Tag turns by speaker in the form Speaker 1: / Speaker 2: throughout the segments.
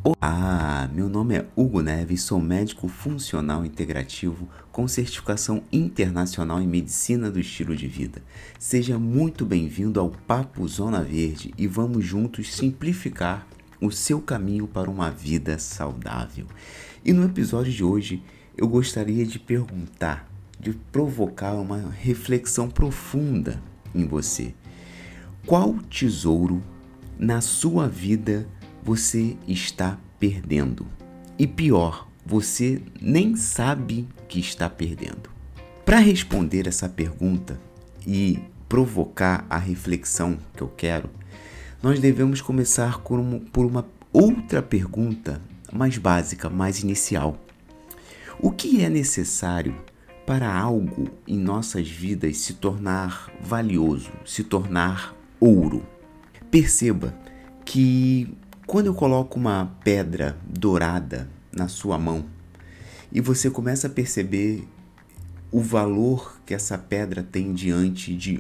Speaker 1: Olá, meu nome é Hugo Neves, sou médico funcional integrativo com certificação internacional em medicina do estilo de vida. Seja muito bem-vindo ao Papo Zona Verde e vamos juntos simplificar o seu caminho para uma vida saudável. E no episódio de hoje eu gostaria de perguntar, de provocar uma reflexão profunda em você. Qual tesouro na sua vida você está perdendo? E pior, você nem sabe que está perdendo. Para responder essa pergunta e provocar a reflexão que eu quero, nós devemos começar por uma outra pergunta mais básica, mais inicial. O que é necessário para algo em nossas vidas se tornar valioso, se tornar ouro? Perceba que quando eu coloco uma pedra dourada na sua mão e você começa a perceber o valor que essa pedra tem diante de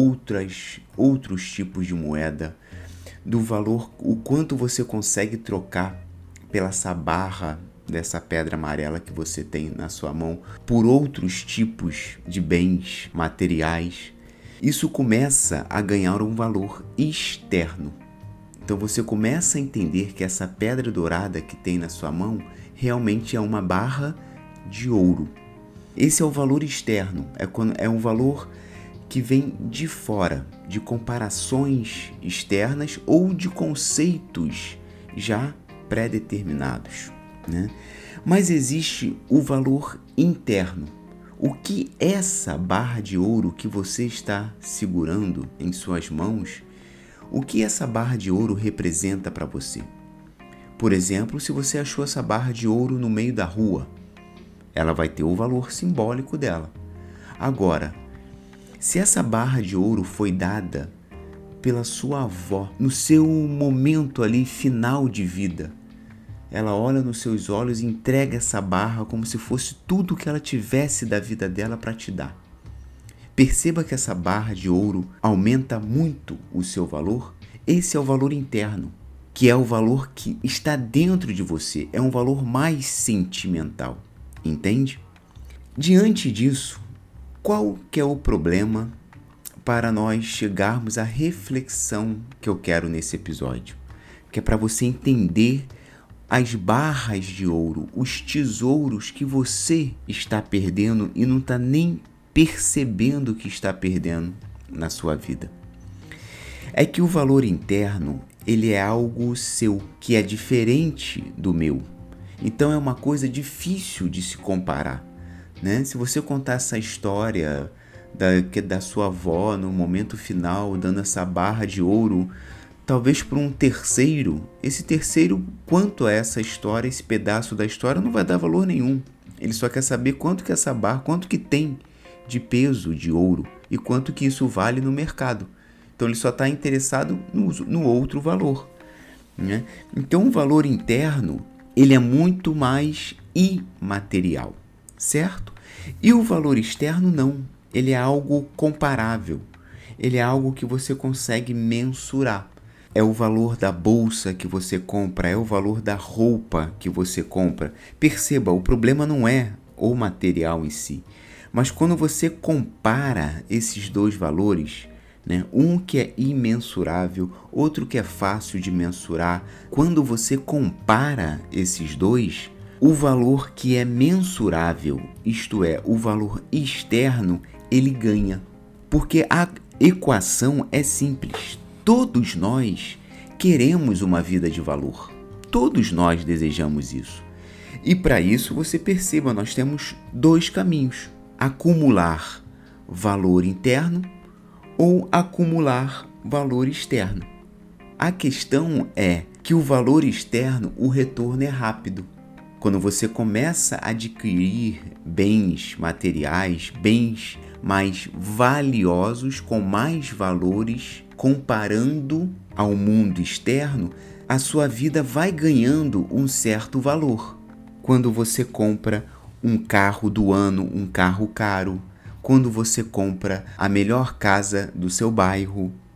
Speaker 1: outros tipos de moeda, do valor, o quanto você consegue trocar pela essa barra dessa pedra amarela que você tem na sua mão por outros tipos de bens materiais, isso começa a ganhar um valor externo. Então você começa a entender que essa pedra dourada que tem na sua mão realmente é uma barra de ouro. Esse é o valor externo, é um valor que vem de fora, de comparações externas ou de conceitos já pré-determinados, né? Mas existe o valor interno. O que essa barra de ouro que você está segurando em suas mãos, o que essa barra de ouro representa para você? Por exemplo, se você achou essa barra de ouro no meio da rua, ela vai ter o valor simbólico dela. Agora, se essa barra de ouro foi dada pela sua avó no seu momento ali final de vida, ela olha nos seus olhos e entrega essa barra como se fosse tudo que ela tivesse da vida dela para te dar. Perceba que essa barra de ouro aumenta muito o seu valor. Esse é o valor interno, que é o valor que está dentro de você, é um valor mais sentimental, entende? Diante disso, qual que é o problema para nós chegarmos à reflexão que eu quero nesse episódio? Que é para você entender as barras de ouro, os tesouros que você está perdendo e não está nem percebendo que está perdendo na sua vida. É que o valor interno, ele é algo seu, que é diferente do meu. Então é uma coisa difícil de se comparar, né? Se você contar essa história da sua avó no momento final, dando essa barra de ouro, talvez para um terceiro, esse terceiro, quanto a essa história, esse pedaço da história, não vai dar valor nenhum. Ele só quer saber quanto que essa barra, quanto que tem de peso de ouro e quanto que isso vale no mercado. Então ele só está interessado no outro valor, né? Então o valor interno, ele é muito mais imaterial, certo? E o valor externo não, ele é algo comparável, ele é algo que você consegue mensurar. É o valor da bolsa que você compra, é o valor da roupa que você compra. Perceba, o problema não é o material em si, mas quando você compara esses dois valores, né, um que é imensurável, outro que é fácil de mensurar, quando você compara esses dois, o valor que é mensurável, isto é, o valor externo, ele ganha. Porque a equação é simples. Todos nós queremos uma vida de valor. Todos nós desejamos isso. E para isso, você perceba, nós temos dois caminhos: acumular valor interno ou acumular valor externo. A questão é que o valor externo, o retorno é rápido. Quando você começa a adquirir bens materiais, bens mais valiosos, com mais valores, comparando ao mundo externo, a sua vida vai ganhando um certo valor. Quando você compra um carro do ano, um carro caro, quando você compra a melhor casa do seu bairro,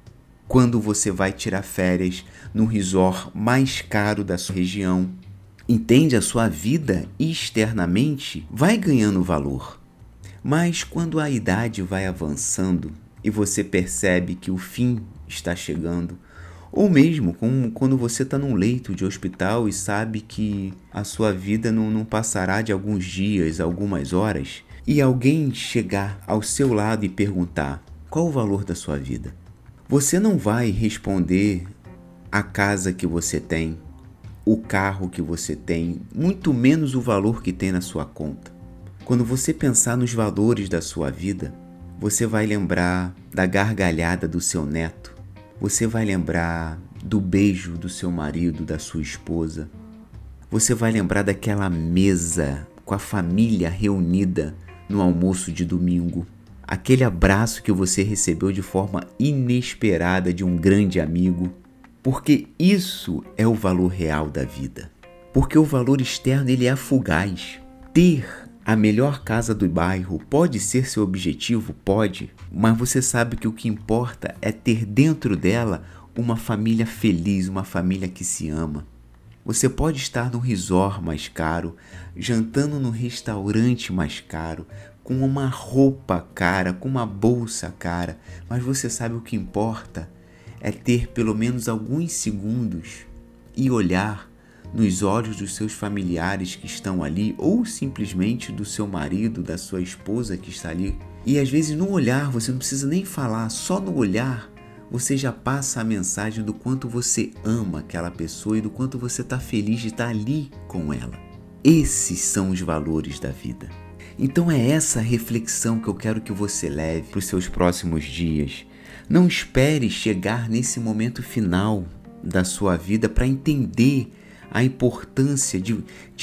Speaker 1: quando você vai tirar férias no resort mais caro da sua região. Entende? A sua vida externamente vai ganhando valor. Mas quando a idade vai avançando e você percebe que o fim está chegando, ou mesmo quando você está num leito de hospital e sabe que a sua vida não passará de alguns dias, algumas horas, e alguém chegar ao seu lado e perguntar qual o valor da sua vida, você não vai responder a casa que você tem, o carro que você tem, muito menos o valor que tem na sua conta. Quando você pensar nos valores da sua vida, você vai lembrar da gargalhada do seu neto, você vai lembrar do beijo do seu marido, da sua esposa, você vai lembrar daquela mesa com a família reunida no almoço de domingo, aquele abraço que você recebeu de forma inesperada de um grande amigo, porque isso é o valor real da vida. Porque o valor externo ele é fugaz. Ter a melhor casa do bairro pode ser seu objetivo? Pode. Mas você sabe que o que importa é ter dentro dela uma família feliz, uma família que se ama. Você pode estar no resort mais caro, jantando no restaurante mais caro, com uma roupa cara, com uma bolsa cara, mas você sabe o que importa? É ter pelo menos alguns segundos e olhar nos olhos dos seus familiares que estão ali, ou simplesmente do seu marido, da sua esposa que está ali. E às vezes no olhar, você não precisa nem falar, só no olhar você já passa a mensagem do quanto você ama aquela pessoa e do quanto você está feliz de estar ali com ela. Esses são os valores da vida. Então é essa reflexão que eu quero que você leve para os seus próximos dias. Não espere chegar nesse momento final da sua vida para entender a importância de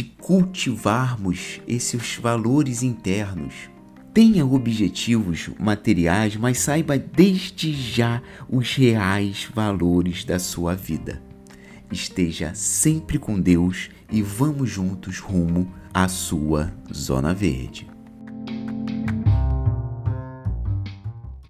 Speaker 1: cultivarmos esses valores internos. Tenha objetivos materiais, mas saiba desde já os reais valores da sua vida. Esteja sempre com Deus e vamos juntos rumo à sua Zona Verde.